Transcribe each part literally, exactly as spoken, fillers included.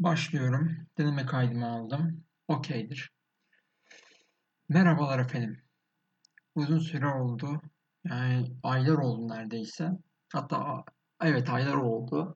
Başlıyorum. Deneme kaydımı aldım. Okeydir. Merhabalar efendim. Uzun süre oldu. Yani aylar oldu neredeyse. Hatta evet aylar oldu.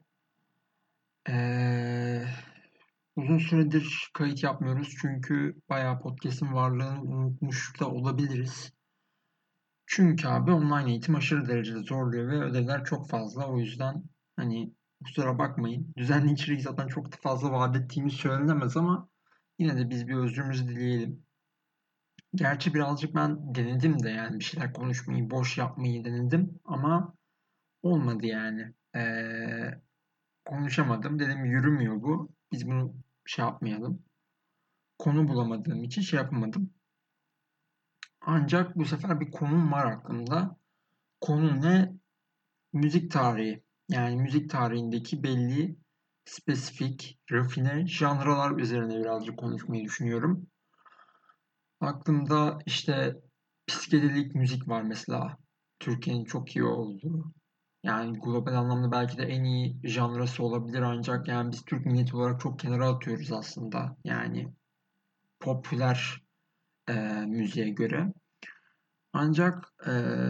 Ee, Uzun süredir kayıt yapmıyoruz çünkü bayağı podcast'in varlığını unutmuş da olabiliriz. Çünkü abi online eğitim aşırı derecede zorluyor ve ödevler çok fazla. O yüzden hani kusura bakmayın. Düzenli içerik zaten çok da fazla vaat ettiğimiz söylenemez ama yine de biz bir özrümüzü dileyelim. Gerçi birazcık ben denedim de yani bir şeyler konuşmayı, boş yapmayı denedim ama olmadı yani. Ee, konuşamadım. Dedim yürümüyor bu. Biz bunu şey yapmayalım. Konu bulamadığım için şey yapamadım. Ancak bu sefer bir konum var aklımda. Konu ne? Müzik tarihi. Yani müzik tarihindeki belli spesifik, rafine janralar üzerine birazcık konuşmayı düşünüyorum. Aklımda işte psikedelik müzik var mesela. Türkiye'nin çok iyi olduğu. Yani global anlamda belki de en iyi janrası olabilir ancak yani biz Türk milleti olarak çok kenara atıyoruz aslında. Yani popüler e, müziğe göre. Ancak e,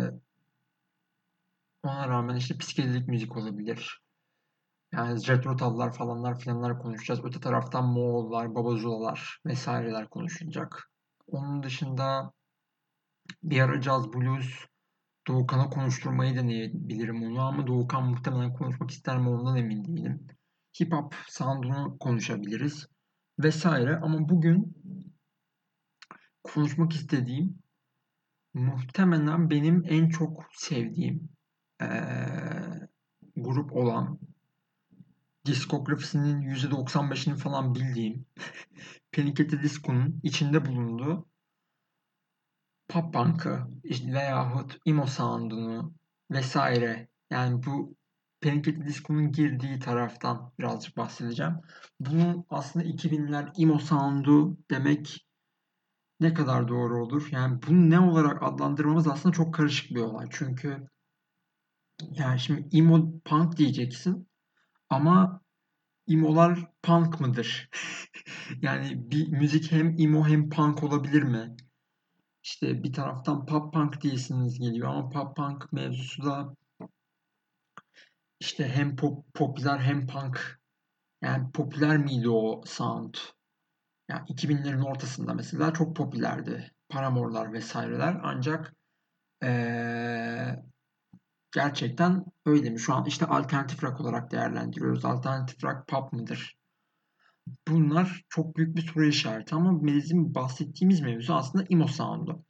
ona rağmen işte psikedelik müzik olabilir. Yani Jethro Tull'lar falanlar filanlar konuşacağız. Öte taraftan Moğollar, Babazulalar vesaireler konuşulacak. Onun dışında bir ara Jazz Blues Doğukan'a konuşturmayı deneyebilirim onu ama Doğukan muhtemelen konuşmak ister mi ondan emin değilim. Hip hop sound'unu konuşabiliriz vesaire ama bugün konuşmak istediğim muhtemelen benim en çok sevdiğim eee, grup olan diskografisinin yüzde doksan beşini falan bildiğim Panic! At the Disco'nun içinde bulunduğu pop punk'ı işte veyahut emo sound'unu vesaire yani bu Panic! At the Disco'nun girdiği taraftan birazcık bahsedeceğim. Bunun aslında iki binler emo sound'u demek ne kadar doğru olur? Yani bunu ne olarak adlandırmamız aslında çok karışık bir olay. Çünkü yani şimdi emo punk diyeceksin ama emolar punk mıdır? Yani bir müzik hem emo hem punk olabilir mi? İşte bir taraftan pop punk diyesiniz geliyor ama pop punk mevzusu da işte hem pop, popüler hem punk. Yani popüler miydi o sound? Yani iki binlerin ortasında mesela çok popülerdi. Paramore'lar vesaireler ancak ee, gerçekten öyle mi? Şu an işte alternatif rock olarak değerlendiriyoruz. Alternatif rock pop mıdır? Bunlar çok büyük bir soru işareti ama bizim bahsettiğimiz mevzu aslında emo sound'u.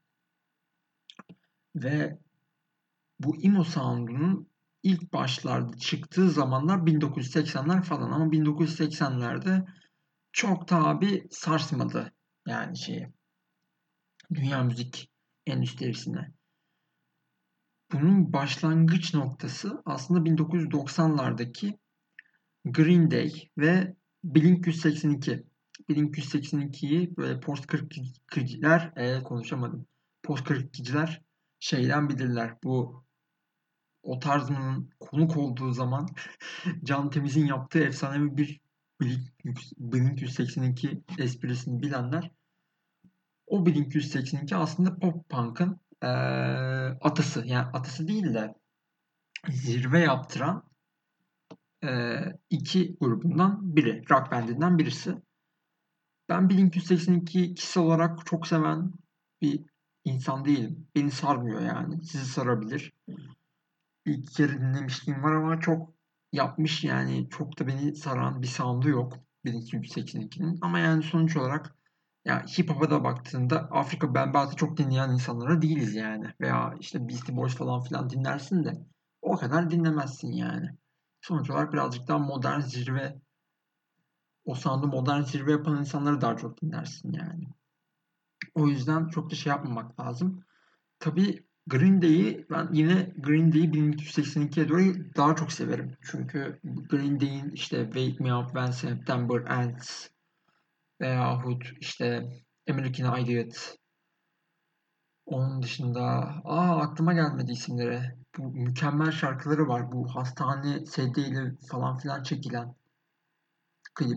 Ve bu emo sound'unun ilk başlarda çıktığı zamanlar bin dokuz yüz seksenler falan ama bin dokuz yüz seksenlerde çok da abi sarsmadı yani şeyi dünya müzik endüstrisine. Bunun başlangıç noktası aslında bin dokuz yüz doksanlardaki Green Day ve Blink yüz seksen iki. Blink yüz seksen ikiyi böyle post kırk ikiciler, e, konuşamadım. Post kırk ikiciler şeyden bilirler. Bu o tarzının konuk olduğu zaman Can Temiz'in yaptığı efsanevi bir Blink, Blink yüz seksen iki esprisini bilenler o Blink yüz seksen iki aslında pop punk'ın eee, atası. Yani atası değil de zirve yaptıran eee, iki grubundan biri. Rock bandinden birisi. Ben Blink yüz seksen iki kişisel olarak çok seven bir insan değilim. Beni sarmıyor yani. Sizi sarabilir. Bir iki kere dinlemişliğim var ama çok yapmış yani çok da beni saran bir sound'u yok Blink yüz seksen ikinin. Ama yani sonuç olarak ya hip hop'a da baktığında Afrika Bambaat'ı çok dinleyen insanlara değiliz yani. Veya işte Beastie Boys falan filan dinlersin de o kadar dinlemezsin yani. Sonuç olarak birazcık daha modern zirve, o sound'u modern zirve yapan insanları daha çok dinlersin yani. O yüzden çok da şey yapmamak lazım. Tabii Green Day'i ben yine Green Day'i bin dokuz yüz seksen ikiye doğru daha çok severim. Çünkü Green Day'in işte Wake Me Up When September Ends veyahut işte American Idiot. Onun dışında aa aklıma gelmedi isimleri. Bu mükemmel şarkıları var. Bu hastane sedyeyle falan filan çekilen klibi.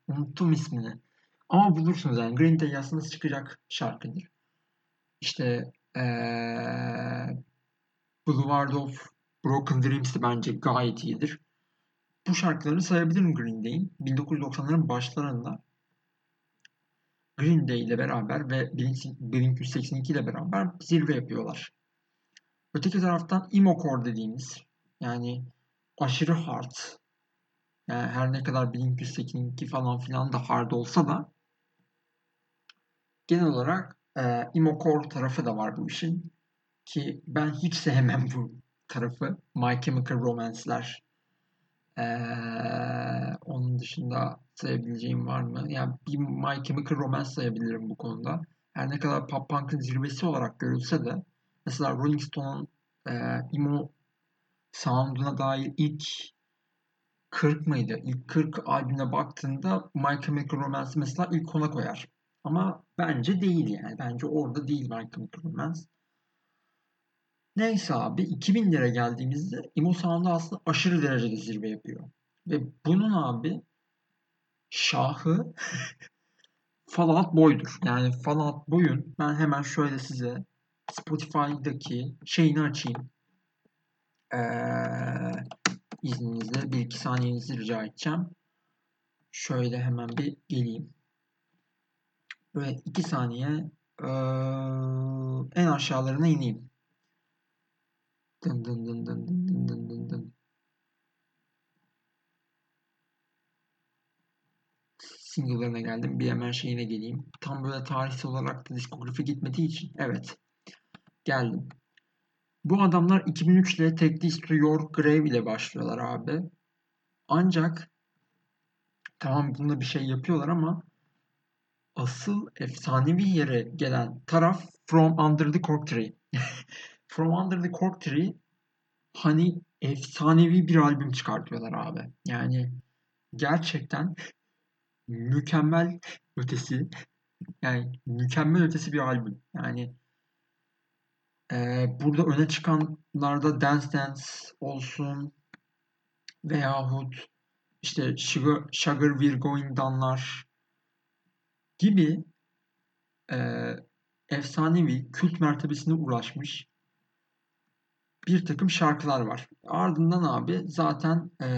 Unuttum ismini. Ama bulursunuz yani. Green Day yazsanız çıkacak şarkıdır. İşte ee, Boulevard of Broken Dreams de bence gayet iyidir. Bu şarkılarını sayabilirim Green Day'in. bin dokuz yüz doksanların başlarında Green Day ile beraber ve Blink yüz seksen iki ile beraber zirve yapıyorlar. Öteki taraftan emo core dediğimiz yani aşırı hard. Yani her ne kadar Blink yüz seksen iki falan filan da hard olsa da genel olarak e, emo core tarafı da var bu işin. Ki ben hiç sevmem bu tarafı. My Chemical Romance'ler. Ee, onun dışında sayabileceğim var mı? Yani bir My Chemical Romance sayabilirim bu konuda. Her ne kadar pop punk'ın zirvesi olarak görülse de mesela Rolling Stone'un e, emo sound'una dair ilk kırk mıydı? İlk kırk albümüne baktığında My Chemical Romance'ı mesela ilk ona koyar. Ama bence değil yani. Bence orada değil My Chemical Romance. Neyse abi iki binlere geldiğimizde emo sound'u aslında aşırı derecede zirve yapıyor. Ve bunun abi şahı Fall Out Boy'dur. Yani Fall Out Boy'un ben hemen şöyle size Spotify'daki şeyini açayım. Ee, izninizle bir iki saniyenizi rica edeceğim. Şöyle hemen bir geleyim. Böyle iki saniye ee, en aşağılarına ineyim. Dın dın dın dın dın dın dın dın. Single'larına geldim. Bir hemen şeyine geleyim. Tam böyle tarihsel olarak da diskografi gitmediği için. Evet. Geldim. Bu adamlar iki bin üç ile Take This to Your Grave ile başlıyorlar abi. Ancak tamam bunda bir şey yapıyorlar ama asıl efsanevi yere gelen taraf From Under the Cork Tree. From Under the Cork Tree hani efsanevi bir albüm çıkartıyorlar abi. Yani gerçekten mükemmel ötesi yani mükemmel ötesi bir albüm. Yani e, burada öne çıkanlarda Dance Dance olsun veyahut işte Sugar, Sugar We're Going Down'lar gibi e, efsanevi kült mertebesine ulaşmış bir takım şarkılar var. Ardından abi zaten e,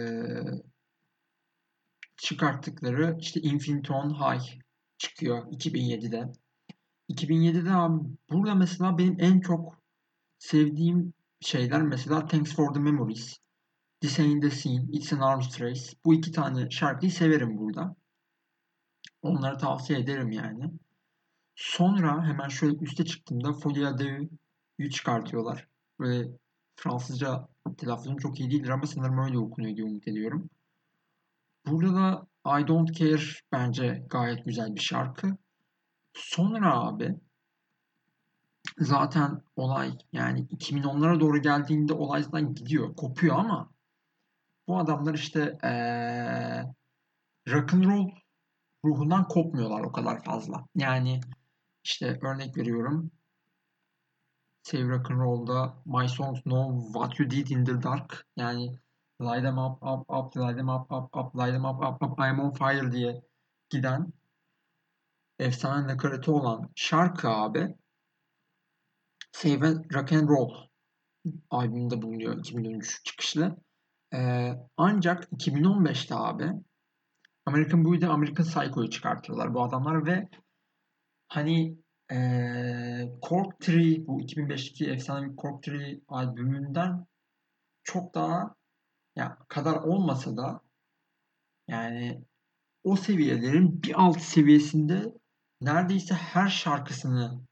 çıkarttıkları işte Infinite On High çıkıyor iki bin yedide. iki bin yedide abi burada mesela benim en çok sevdiğim şeyler mesela Thanks for the Memories, This Ain't the Scene, It's an Arms Race. Bu iki tane şarkıyı severim burada. Onları tavsiye ederim yani. Sonra hemen şöyle üste çıktığımda Folie Dou'yu çıkartıyorlar. Böyle Fransızca telaffuzum çok iyi değildir ama sanırım öyle okunuyor diye umut ediyorum. Burada da I Don't Care bence gayet güzel bir şarkı. Sonra abi zaten olay yani iki bin onlara doğru geldiğinde olay zaten gidiyor, kopuyor ama bu adamlar işte ee, rock and roll ruhundan kopmuyorlar o kadar fazla. Yani işte örnek veriyorum. Save Rock'n'Roll'da My Songs Know What You Did in the Dark yani Light 'em up, up, up, light 'em up, up, up, light 'em up, up, up, I'm on fire diye giden efsane nakaratı olan şarkı abi Save Rock'n'Roll albümünde bulunuyor iki bin on üç çıkışlı. Ee, ancak iki bin on beşte abi American Beauty, American Psycho'yu çıkartıyorlar bu adamlar ve hani ee, Cork Tree bu iki bin beşteki efsane bir Cork Tree albümünden çok daha ya kadar olmasa da yani o seviyelerin bir alt seviyesinde neredeyse her şarkısını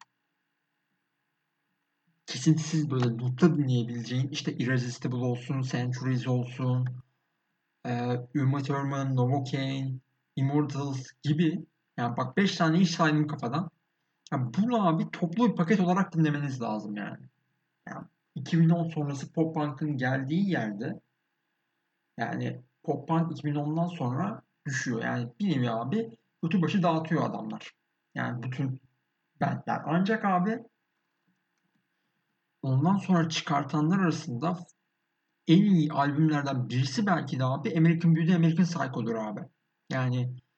kesintisiz böyle loop'ta dinleyebileceğin işte Irresistible olsun, Centuries olsun, e, Uma Thurman, Novocaine, Immortals gibi yani bak beş tane iş saydım kafadan. Ya bunu abi toplu bir paket olarak dinlemeniz lazım yani. Yani iki bin on sonrası pop punk'ın geldiği yerde yani pop punk iki bin ondan sonra düşüyor. Yani bir nevi abi götü başı dağıtıyor adamlar. Yani bütün bandler. Ancak abi ondan sonra çıkartanlar arasında en iyi albümlerden birisi belki de abi American Beauty, American Psycho'dur abi. Yani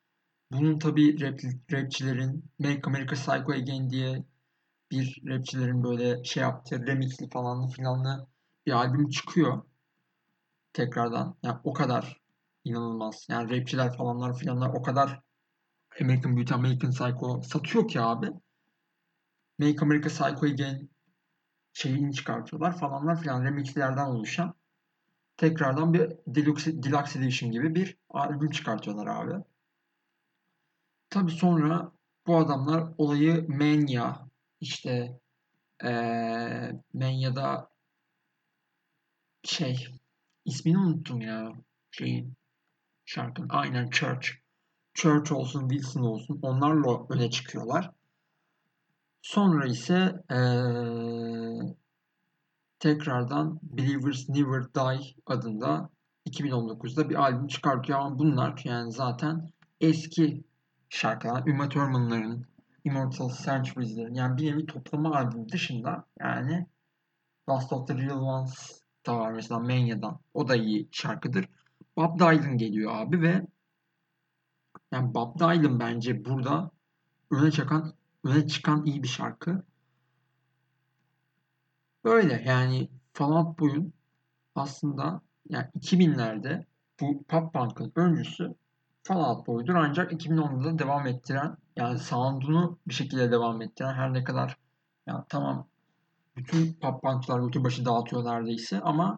Bunun tabii rap, rapçilerin Make America Psycho Again diye bir rapçilerin böyle şey yaptığı remixli falanlı filanlı bir albüm çıkıyor tekrardan. Yani o kadar inanılmaz. Yani rapçiler falanlar filanlar o kadar American Beauty, American Psycho satıyor ki abi. Make America Psycho Again şeyini çıkartıyorlar falanlar filan remixlerden oluşan tekrardan bir Deluxe, Deluxe Edition gibi bir albüm çıkartıyorlar abi. Tabii sonra bu adamlar olayı Mania işte ee, Mania'da şey ismini unuttum ya şeyin şarkının aynen Church. Church olsun Wilson olsun onlarla öne çıkıyorlar. Sonra ise ee, tekrardan Believers Never Die adında iki bin on dokuzda bir albüm çıkartıyor ama bunlar yani zaten eski şarkılar. Uma Thurman'ların, Immortal Centuries'lerin yani bir nevi toplama albümü dışında yani Last of the Real Ones da var mesela Mania'dan. O da iyi şarkıdır. Bob Dylan geliyor abi ve yani Bob Dylan bence burada öne çıkan öne çıkan iyi bir şarkı. Böyle yani Fall Out Boy'un aslında yani iki binlerde bu pop punk'ın öncüsü Fall Out Boy'dur ancak iki bin onda da devam ettiren yani sound'unu bir şekilde devam ettiren her ne kadar ya tamam bütün pop punk'çılar götü başı dağıtıyor neredeyse ama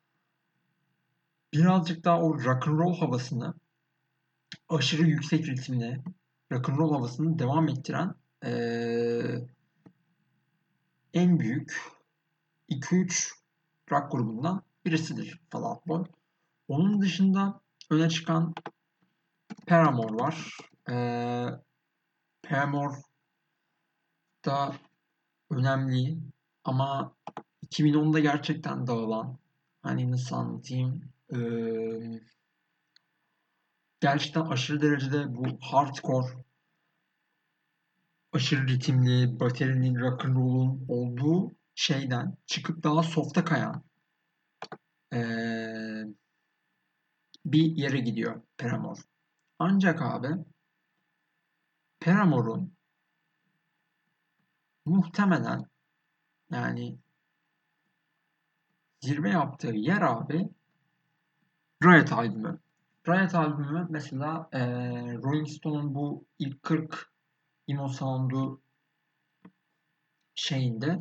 birazcık daha o rock and roll havasını aşırı yüksek ritimle rock and roll havasını devam ettiren eee, en büyük iki üç rock grubundan birisidir Fall Out Boy. Onun dışında öne çıkan Paramore var. Ee, Paramore da önemli ama iki bin onda gerçekten dağılan hani nasıl anlatayım ee, gerçekten aşırı derecede bu hardcore aşırı ritimli baterinin rock'n'roll'un olduğu şeyden çıkıp daha soft'a kayan ee, bir yere gidiyor Paramore. Ancak abi Paramore'un muhtemelen yani zirve yaptığı yer abi Riot albümü. Riot albümü mesela eee Rolling Stone'un bu ilk kırk emo sound'u şeyinde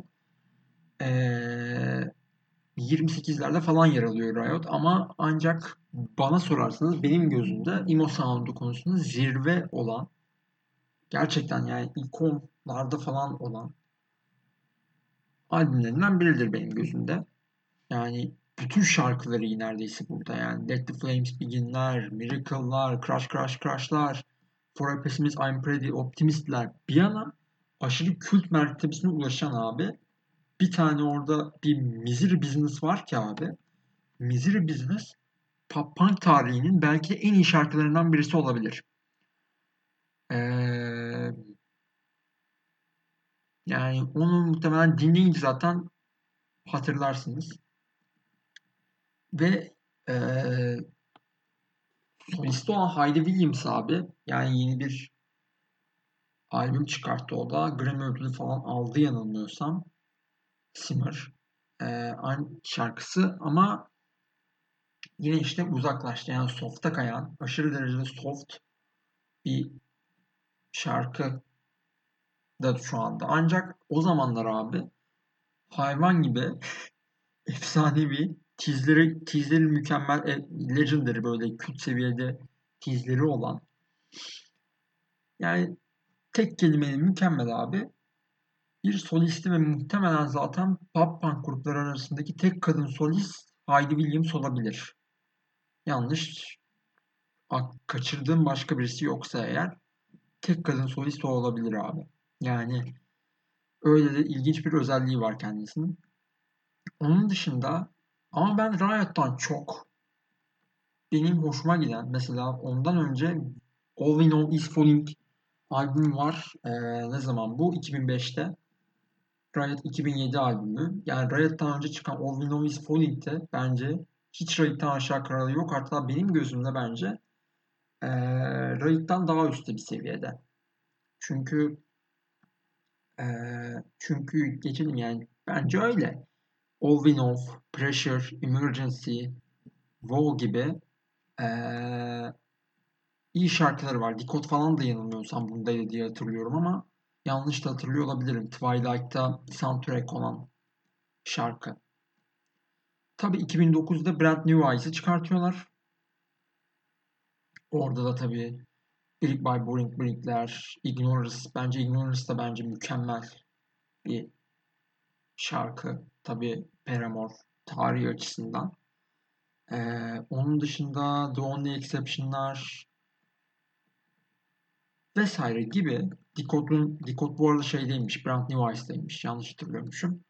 eee yirmi sekizlerde falan yer alıyor Riot ama ancak bana sorarsanız benim gözümde emo sound'u konusunda zirve olan gerçekten yani ilk onlarda falan olan albümlerinden biridir benim gözümde. Yani bütün şarkıları iyi neredeyse burada yani. Let the Flames Begin'ler, Miracle'lar, Crush Crush Crush'lar, For a Pessimist I'm Pretty Optimist'ler bir yana aşırı kült mertebesine ulaşan abi bir tane orada bir Misery Business var ki abi. Misery Business pop punk tarihinin belki de en iyi şarkılarından birisi olabilir. Ee, yani onu muhtemelen dinleyince zaten hatırlarsınız. Ve ee, solisti olan Heidi Williams abi yani yeni bir albüm çıkarttı o da. Grammy ödülü falan aldı yanılmıyorsam. Simmer. Ee, aynı şarkısı ama yine işte uzaklaştı. Yani soft'a kayan, aşırı derecede soft bir şarkı da şu anda. Ancak o zamanlar abi hayvan gibi efsanevi tizleri, tizleri mükemmel, e, legendary böyle kült seviyede tizleri olan yani tek kelimenin mükemmel abi bir solisti ve muhtemelen zaten pop punk grupları arasındaki tek kadın solist Heidi Williams olabilir. Yanlış kaçırdığım başka birisi yoksa eğer tek kadın solist o olabilir abi. Yani öyle de ilginç bir özelliği var kendisinin. Onun dışında ama ben Riot'tan çok benim hoşuma giden mesela ondan önce All We Know Is Falling albüm var. Ee, ne zaman bu? iki bin beşte. Riot iki bin yedi albümü. Yani Riot'tan önce çıkan All We Know Is Falling'de bence hiç Riot'tan aşağı kralı yok. Hatta benim gözümde bence ee, Riot'tan daha üstte bir seviyede. Çünkü e, çünkü geçelim yani bence öyle. All We Know, Pressure, Emergency, Wow gibi e, iyi şarkıları var. Decode falan da yanılmıyorsam bundaydı diye hatırlıyorum ama yanlış da hatırlıyor olabilirim. Twilight'ta soundtrack olan şarkı. Tabii iki bin dokuzda Brand New Eyes'ı çıkartıyorlar. Orada da tabii Brick by Boring Brick'ler, Ignorance. Bence Ignorance da bence mükemmel bir şarkı. Tabii Paramore tarihi açısından. Ee, onun dışında The Only Exception'lar vesaire gibi Decode'un, Decode bu arada şeydeymiş, Brand New Ice'daymış. Yanlış hatırlıyormuşum.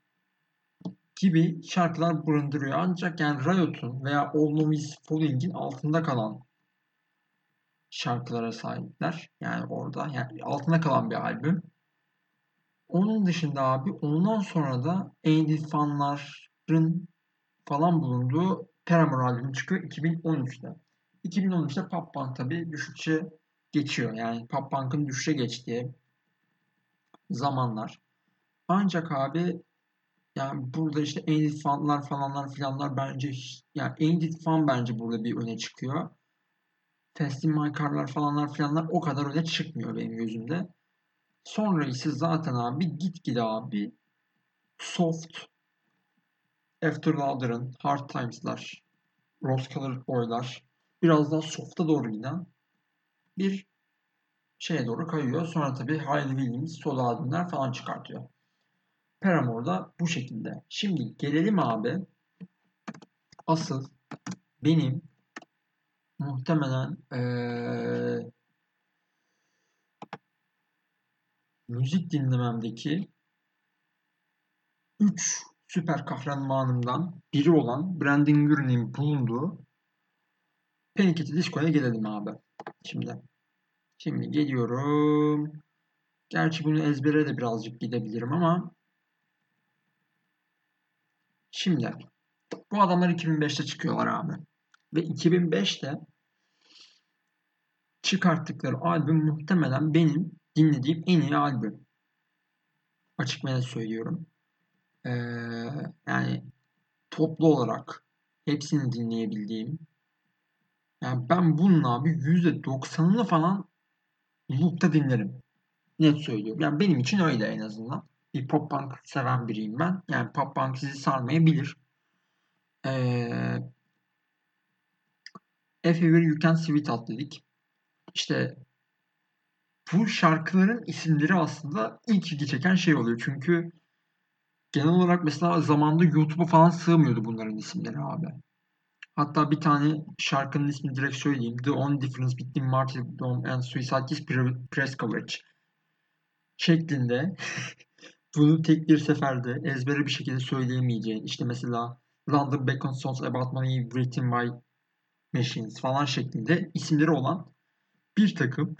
Gibi şarkılar barındırıyor. Ancak yani Riot'un veya All Know Is Falling'in altında kalan şarkılara sahipler. Yani orada yani altında kalan bir albüm. Onun dışında abi ondan sonra da Ain't Fun'ların falan bulunduğu Paramore albümü çıkıyor iki bin on üçte. iki bin on üçte Pop Punk tabii düşüşe geçiyor. Yani Pop Punk'ın düşüşe geçtiği zamanlar. Ancak abi yani burada işte Ain't Fun'lar falanlar filanlar bence yani Ain't Fun bence burada bir öne çıkıyor. Fast in My Car'lar falanlar filanlar o kadar öne çıkmıyor benim gözümde. Sonra ise zaten abi gitgide abi Soft, After Louder'ın, Hard Times'lar, Rose Colored Boy'lar biraz daha soft'a doğru giden bir şeye doğru kayıyor. Sonra tabii Hayley Williams solo albümler falan çıkartıyor. Paramore da bu şekilde. Şimdi gelelim abi asıl benim muhtemelen ee, müzik dinlememdeki üç süper kahramanımdan biri olan Brandon Urie'nin bulunduğu Panic! At the Disco'ya gelelim abi. Şimdi. Şimdi geliyorum. Gerçi bunu ezbere de birazcık gidebilirim ama şimdi bu adamlar iki bin beşte çıkıyorlar abi. Ve iki bin beşte çıkarttıkları albüm muhtemelen benim dinlediğim en iyi albüm. Açık ve net söylüyorum. Ee, yani toplu olarak hepsini dinleyebildiğim. Yani ben bunun abi yüzde doksanını falan loop'ta dinlerim. Net söylüyorum. Yani benim için öyle en azından. Bir pop punk seven biriyim ben. Yani pop punk sizi sarmayabilir. Ee, Everywhere You Can See It Out dedik. İşte bu şarkıların isimleri aslında ilk ilgi çeken şey oluyor. Çünkü genel olarak mesela zamanda YouTube'a falan sığmıyordu bunların isimleri abi. Hatta bir tane şarkının ismini direkt söyleyeyim. The Only Difference Between Martyrdom and Suicide is Press Coverage şeklinde bunu tek bir seferde ezbere bir şekilde söyleyemeyeceğin işte mesela London Bacon Songs About Money Written by Machines falan şeklinde isimleri olan bir takım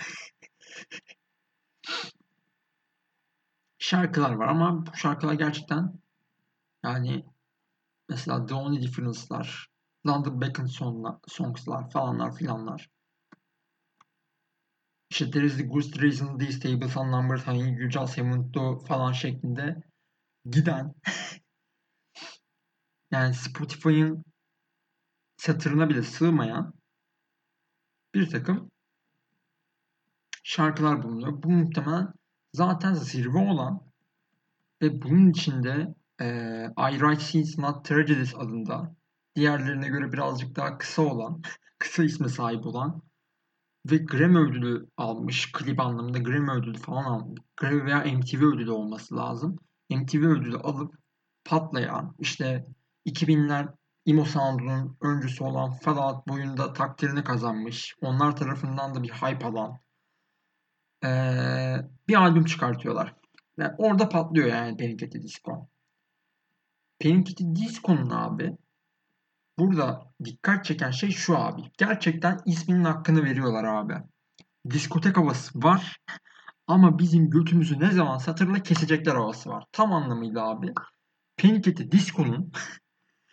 şarkılar var ama bu şarkılar gerçekten yani mesela The Only Difference'lar, London Bacon Songs'lar falanlar filanlar. İşte There is the good reason these tables are numbered hani you just haven't do falan şeklinde giden yani Spotify'ın satırına bile sığmayan bir takım şarkılar bulunuyor. Bu muhtemelen zaten zirve olan ve bunun içinde e, I Write Scenes Not Tragedies adında diğerlerine göre birazcık daha kısa olan, kısa isme sahip olan ve Grammy ödülü almış. Klip anlamında Grammy ödülü falan almış. Grammy veya M T V ödülü olması lazım. M T V ödülü alıp patlayan işte iki binler emo sound'unun öncüsü olan Fall Out Boy'unda takdirini kazanmış. Onlar tarafından da bir hype alan ee, bir albüm çıkartıyorlar. Yani orada patlıyor yani Panic! At the Disco. Panic! At the Disco'nun abi burada dikkat çeken şey şu abi. Gerçekten isminin hakkını veriyorlar abi. Diskotek havası var ama bizim götümüzü ne zaman satırla kesecekler havası var. Tam anlamıyla abi. Panic! At the Disco'nun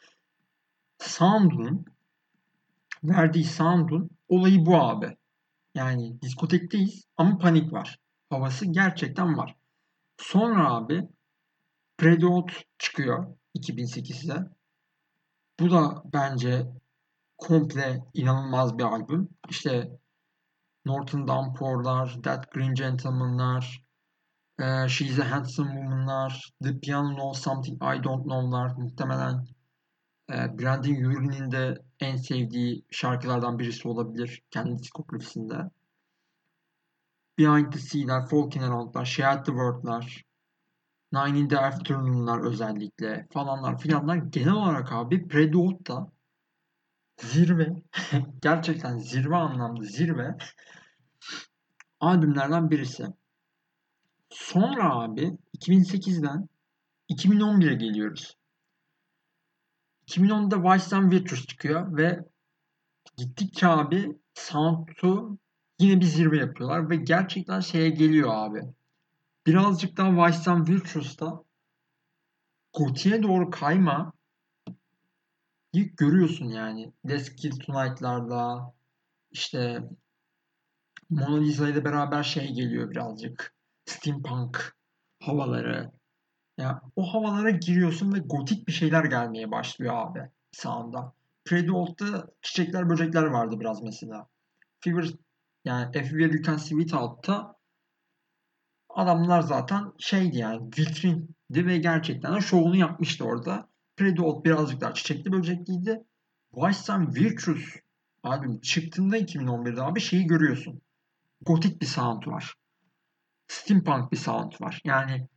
sound'un verdiği sound'un olayı bu abi. Yani diskotekteyiz ama panik var. Havası gerçekten var. Sonra abi Predator çıkıyor iki bin sekizde. Bu da bence komple inanılmaz bir albüm. İşte Northern Downpour'lar, That Green Gentleman'lar, e, She's a Handsome Woman'lar, The Piano Knows Something I Don't Know'lar muhtemelen e, Brandon Urie'nin de en sevdiği şarkılardan birisi olabilir kendi diskografisinde. Behind the Sea'ler, Folkin Around'lar, She Had the Word'lar, Nine in the Afternoon'lar özellikle falanlar filanlar genel olarak abi Predator'da zirve, gerçekten zirve anlamda zirve albümlerden birisi. Sonra abi iki bin sekizden iki bin on bire geliyoruz. iki bin onda Vice and Virtus çıkıyor ve gittikçe abi sound'u yine bir zirve yapıyorlar ve gerçekten şeye geliyor abi. Birazcık daha Vice and Virtus'ta gotiğe doğru kayma görüyorsun yani. Let's Kill Tonight'larda işte Mona Lisa ile beraber şey geliyor birazcık. Steampunk havaları. Ya o havalara giriyorsun ve gotik bir şeyler gelmeye başlıyor abi sound'a. Predator'da çiçekler böcekler vardı biraz mesela. Fever yani Everywhere You Can See It Out'ta adamlar zaten şeydi yani vitrindi ve gerçekten de şovunu yapmıştı orada. Predator birazcık daha çiçekli böcekliydi. Vice and Virtus albüm çıktığında iki bin on birde abi şeyi görüyorsun. Gotik bir sound var. Steampunk bir sound var. Yani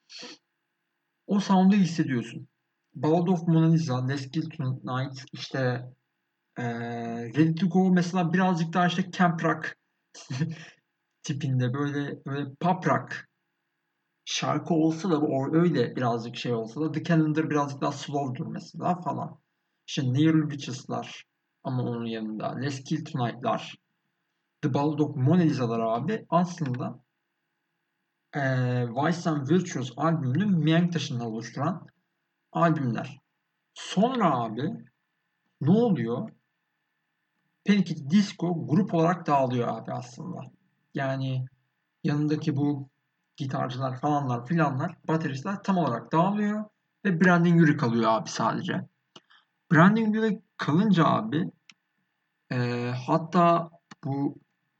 o sound'u hissediyorsun. Ballad of Mona Lisa, Let's Kill Tonight, işte ee, Ready to Go mesela birazcık daha işte camp rock tipinde böyle böyle pop rock şarkı olsa da o öyle birazcık şey olsa da The Calendar birazcık daha slow'dur mesela falan. İşte Near Witches'lar ama onun yanında Let's Kill Tonight'lar The Ballad of Mona Lisa'lar abi aslında ee, Vice and Virtues albümünün mihenk taşını oluşturan albümler. Sonra abi ne oluyor? Panic! At the Disco grup olarak dağılıyor abi aslında. Yani yanındaki bu gitarcılar falanlar filanlar, bateristler tam olarak dağılıyor ve Brandon Urie kalıyor abi sadece. Brandon Urie kalınca abi e, hatta bu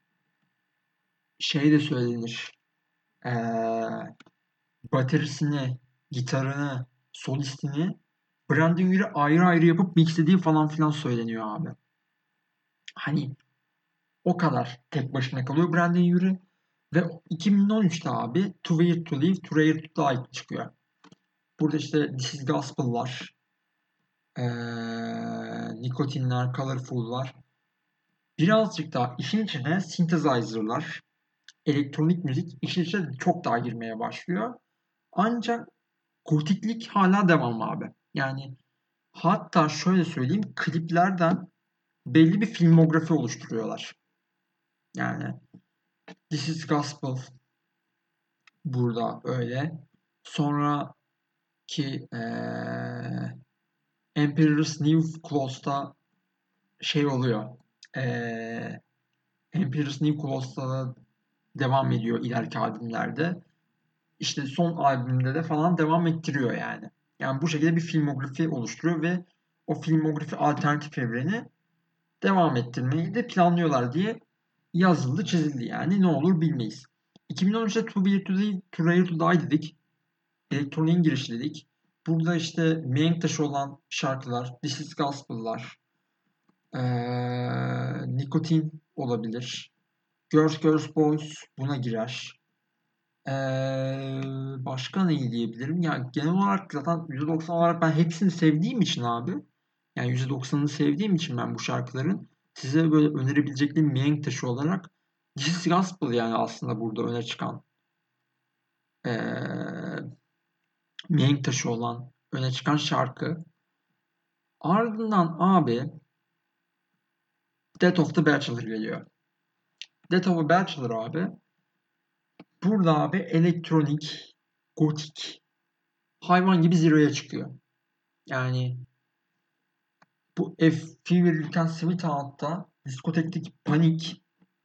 şey de söylenir. E, baterisini, gitarını, solistini Brandon Urie ayrı ayrı yapıp mixlediği falan filan söyleniyor abi. Hani o kadar tek başına kalıyor Brandon Urie. Ve iki bin on üçte abi Too Weird to Live, Too Rare to Die çıkıyor. Burada işte This Is Gospel var. Ee, Nikotinler, Colorful var. Birazcık daha işin içine synthesizer'lar, elektronik müzik işin içine çok daha girmeye başlıyor. Ancak gotiklik hala devam abi. Yani hatta şöyle söyleyeyim kliplerden belli bir filmografi oluşturuyorlar. Yani This Is Gospel burada öyle. Sonra ki ee, Emperor's New Clothes'ta şey oluyor. Ee, Emperor's New Clothes'ta da devam ediyor ileriki albümlerde. İşte son albümde de falan devam ettiriyor yani. Yani bu şekilde bir filmografi oluşturuyor ve o filmografi alternatif evreni devam ettirmeyi de planlıyorlar diye yazıldı çizildi yani ne olur bilmeyiz. iki bin on üçte To Be To, Die, To Rare To Die dedik. Elektroniğin girişi dedik. Burada işte mihenk taşı olan şarkılar, This Is Gospel'lar, ee, Nikotin olabilir. Girls Girls Boys buna girer. Ee, başka neyi diyebilirim? Yani genel olarak zaten yüzde doksan olarak ben hepsini sevdiğim için abi. Yani yüzde doksanını sevdiğim için ben bu şarkıların size böyle önerebileceklerim mihenk taşı olarak This Is Gospel yani aslında burada öne çıkan ee, mihenk taşı olan öne çıkan şarkı. Ardından abi Death of the Bachelor geliyor. Death of a Bachelor abi. Burada abi elektronik, gotik, hayvan gibi zirveye çıkıyor. Yani bu F. Fever Ülken Smith Out'ta diskotekteki panik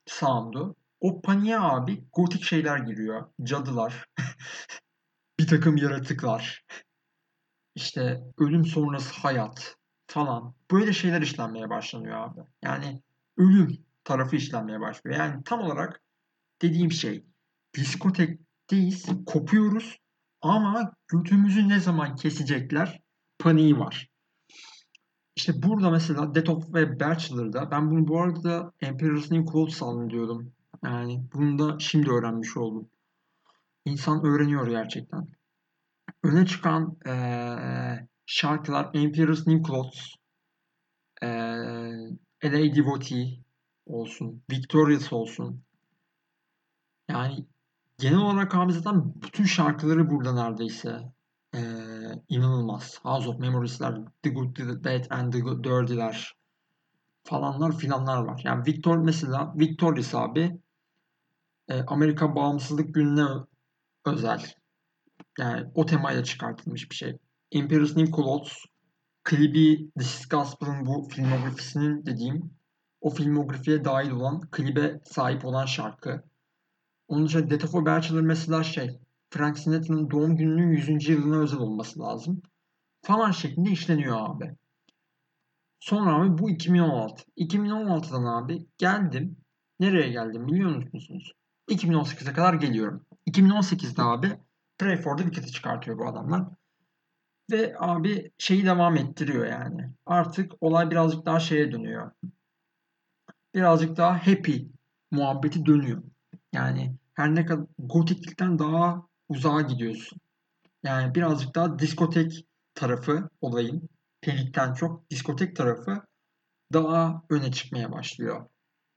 sound'u. O paniğe abi gotik şeyler giriyor. Cadılar, bir takım yaratıklar, işte ölüm sonrası hayat falan. Böyle şeyler işlenmeye başlanıyor abi. Yani ölüm tarafı işlenmeye başlıyor. Yani tam olarak dediğim şey, diskotekteyiz, kopuyoruz ama götümüzü ne zaman kesecekler paniği var. İşte burada mesela Death of ve Bachelor'da ben bunu bu arada Emperor's New Clothes anlıyordum. Yani bunu da şimdi öğrenmiş oldum. İnsan öğreniyor gerçekten. Öne çıkan eee, şarkılar Emperor's New Clothes, eee L A Devotee olsun, Victorious olsun. Yani genel olarak abi zaten bütün şarkıları burada neredeyse eee, inanılmaz. House of Memories'ler, The Good, The Bad and The Dirty'ler falanlar filanlar var. Yani Victor mesela Victorious abi e, Amerika Bağımsızlık Günü'ne özel. Yani o temayla çıkartılmış bir şey. Emperor's New Clothes klibi This is Gospel'ın bu filmografisinin dediğim o filmografiye dahil olan klibe sahip olan şarkı. Onun dışında Death of a Bachelor mesela şey Frank Sinatra'nın doğum gününün yüzüncü yılına özel olması lazım. Falan şeklinde işleniyor abi. Sonra abi bu iki bin on altı. iki bin on altıdan abi geldim. Nereye geldim biliyor musunuz? iki bin on sekize kadar geliyorum. iki bin on sekizde abi Pray for the Wicked'i çıkartıyor bu adamlar. Ve abi şeyi devam ettiriyor yani. Artık olay birazcık daha şeye dönüyor. Birazcık daha happy muhabbeti dönüyor. Yani her ne kadar gotiklikten daha uzağa gidiyorsun. Yani birazcık daha diskotek tarafı olayın. Pelikten çok diskotek tarafı daha öne çıkmaya başlıyor.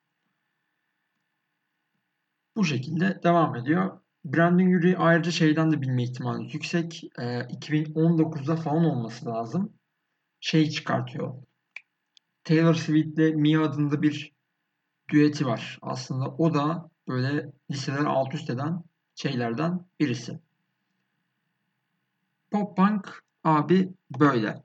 Bu şekilde devam ediyor. Brandon Urie'yi ayrıca şeyden de bilme ihtimali yüksek. Ee, iki bin on dokuzda falan olması lazım. Şey çıkartıyor. Taylor Swift'le Mia adında bir düeti var. Aslında o da böyle listeler alt üst eden şeylerden birisi. Pop punk abi böyle.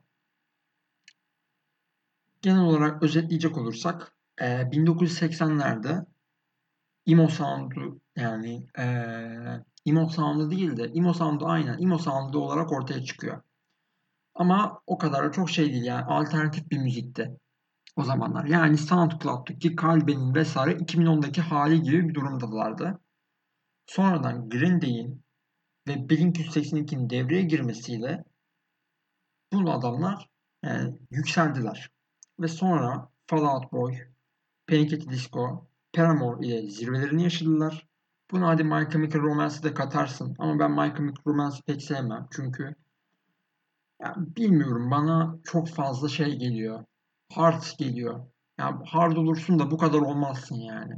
Genel olarak özetleyecek olursak e, bin dokuz yüz seksenlerde emo sound'u yani eee emo sound'u değil de emo sound'u aynen emo sound'u olarak ortaya çıkıyor. Ama o kadar da çok şey değil yani alternatif bir müzikti o zamanlar. Yani SoundCloud'daki Kalbe'nin vesaire iki bin ondaki hali gibi bir durumdalardı. Sonradan Green Day'in ve Blink yüz seksen ikinin devreye girmesiyle bu adamlar yani yükseldiler. Ve sonra Fall Out Boy, Panic! At the Disco, Paramore ile zirvelerini yaşadılar. Buna hadi My Chemical Romance'ı da katarsın ama ben My Chemical Romance'ı pek sevmem çünkü ya bilmiyorum bana çok fazla şey geliyor. Hard geliyor. Ya hard olursun da bu kadar olmazsın yani.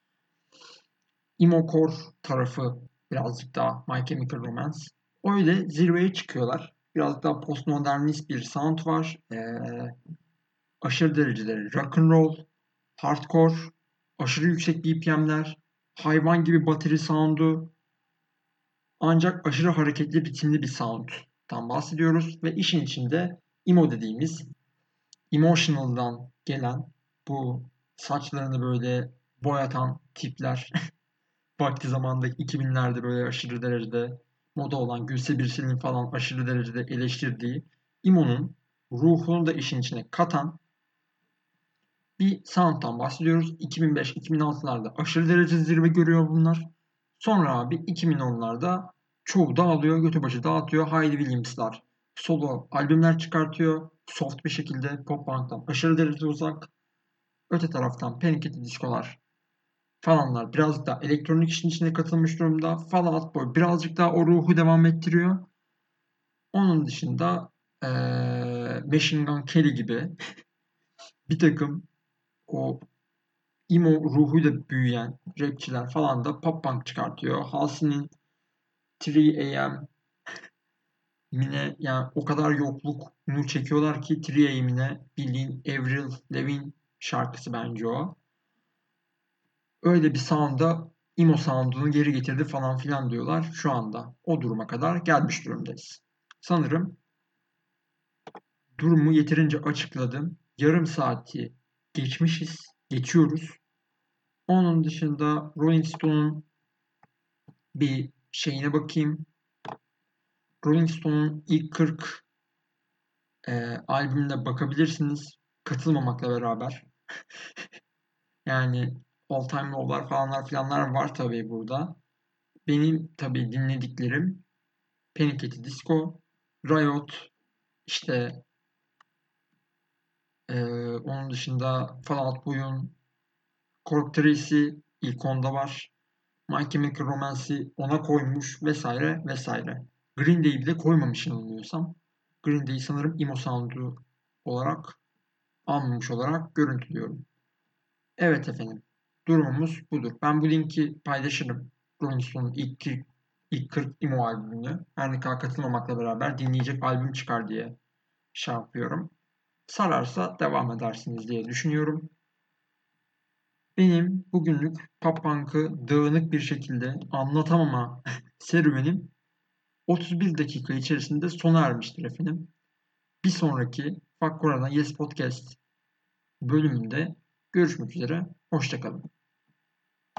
Emo core tarafı birazcık daha My Chemical Romance. Öyle zirveye çıkıyorlar. Biraz daha postmodernist bir sound var. Ee, aşırı derecede rock and roll, hardcore, aşırı yüksek B P M'ler, hayvan gibi bateri sound'u ancak aşırı hareketli ritimli bir sound'tan bahsediyoruz ve işin içinde emo dediğimiz emotional'dan gelen bu saçlarını böyle boyatan tipler vakti zamanda iki binlerde böyle aşırı derecede moda olan Gülse Birsel'in falan aşırı derecede eleştirdiği emo'nun ruhunu da işin içine katan bir sound'dan bahsediyoruz. iki bin beş iki bin altılarda aşırı derece zirve görüyor bunlar. Sonra abi iki bin onlarda çoğu dağılıyor, götü başı dağıtıyor. Hayley Williams'lar solo albümler çıkartıyor. Soft bir şekilde pop punk'tan aşırı derecede uzak. Öte taraftan Panic! At the Disco'lar falanlar birazcık daha elektronik işin içine katılmış durumda. Fall Out Boy birazcık daha o ruhu devam ettiriyor. Onun dışında eee Machine Gun Kelly gibi bir takım o emo ruhuyla büyüyen rapçiler falan da pop punk çıkartıyor. Halsey'nin üç A M mine yani o kadar yoklukunu çekiyorlar ki üç A M'ine bildiğin Avril Lavigne şarkısı bence o. Öyle bir sound'a emo sound'unu geri getirdi falan filan diyorlar şu anda. O duruma kadar gelmiş durumdayız. Sanırım durumu yeterince açıkladım. Yarım saati geçmişiz, geçiyoruz. Onun dışında Rolling Stone'un bir şeyine bakayım. Rolling Stone'un ilk kırk e, albümüne bakabilirsiniz. Katılmamakla beraber. Yani All Time Low'lar falanlar filanlar var tabii burada. Benim tabii dinlediklerim Panic! At the Disco, Riot, işte e, onun dışında Fall Out Boy'un Cork Tracy ilk onda var. My Chemical Romance'i ona koymuş vesaire vesaire. Green Day'i bile koymamış yanılmıyorsam. Green Day'i sanırım emo sound'u olarak almamış olarak görüntülüyorum. Evet efendim. Durumumuz budur. Ben bu linki paylaşırım. Rolling Stone'un ilk, ilk kırk emo albümünü. Her ne kadar katılmamakla beraber dinleyecek albüm çıkar diye şey yapıyorum. Sararsa devam edersiniz diye düşünüyorum. Benim bugünlük pop punk'ı dağınık bir şekilde anlatamama serüvenim otuz bir dakika içerisinde sona ermiştir efendim. Bir sonraki Fuck Corona Yes Podcast bölümünde görüşmek üzere. Hoşça kalın.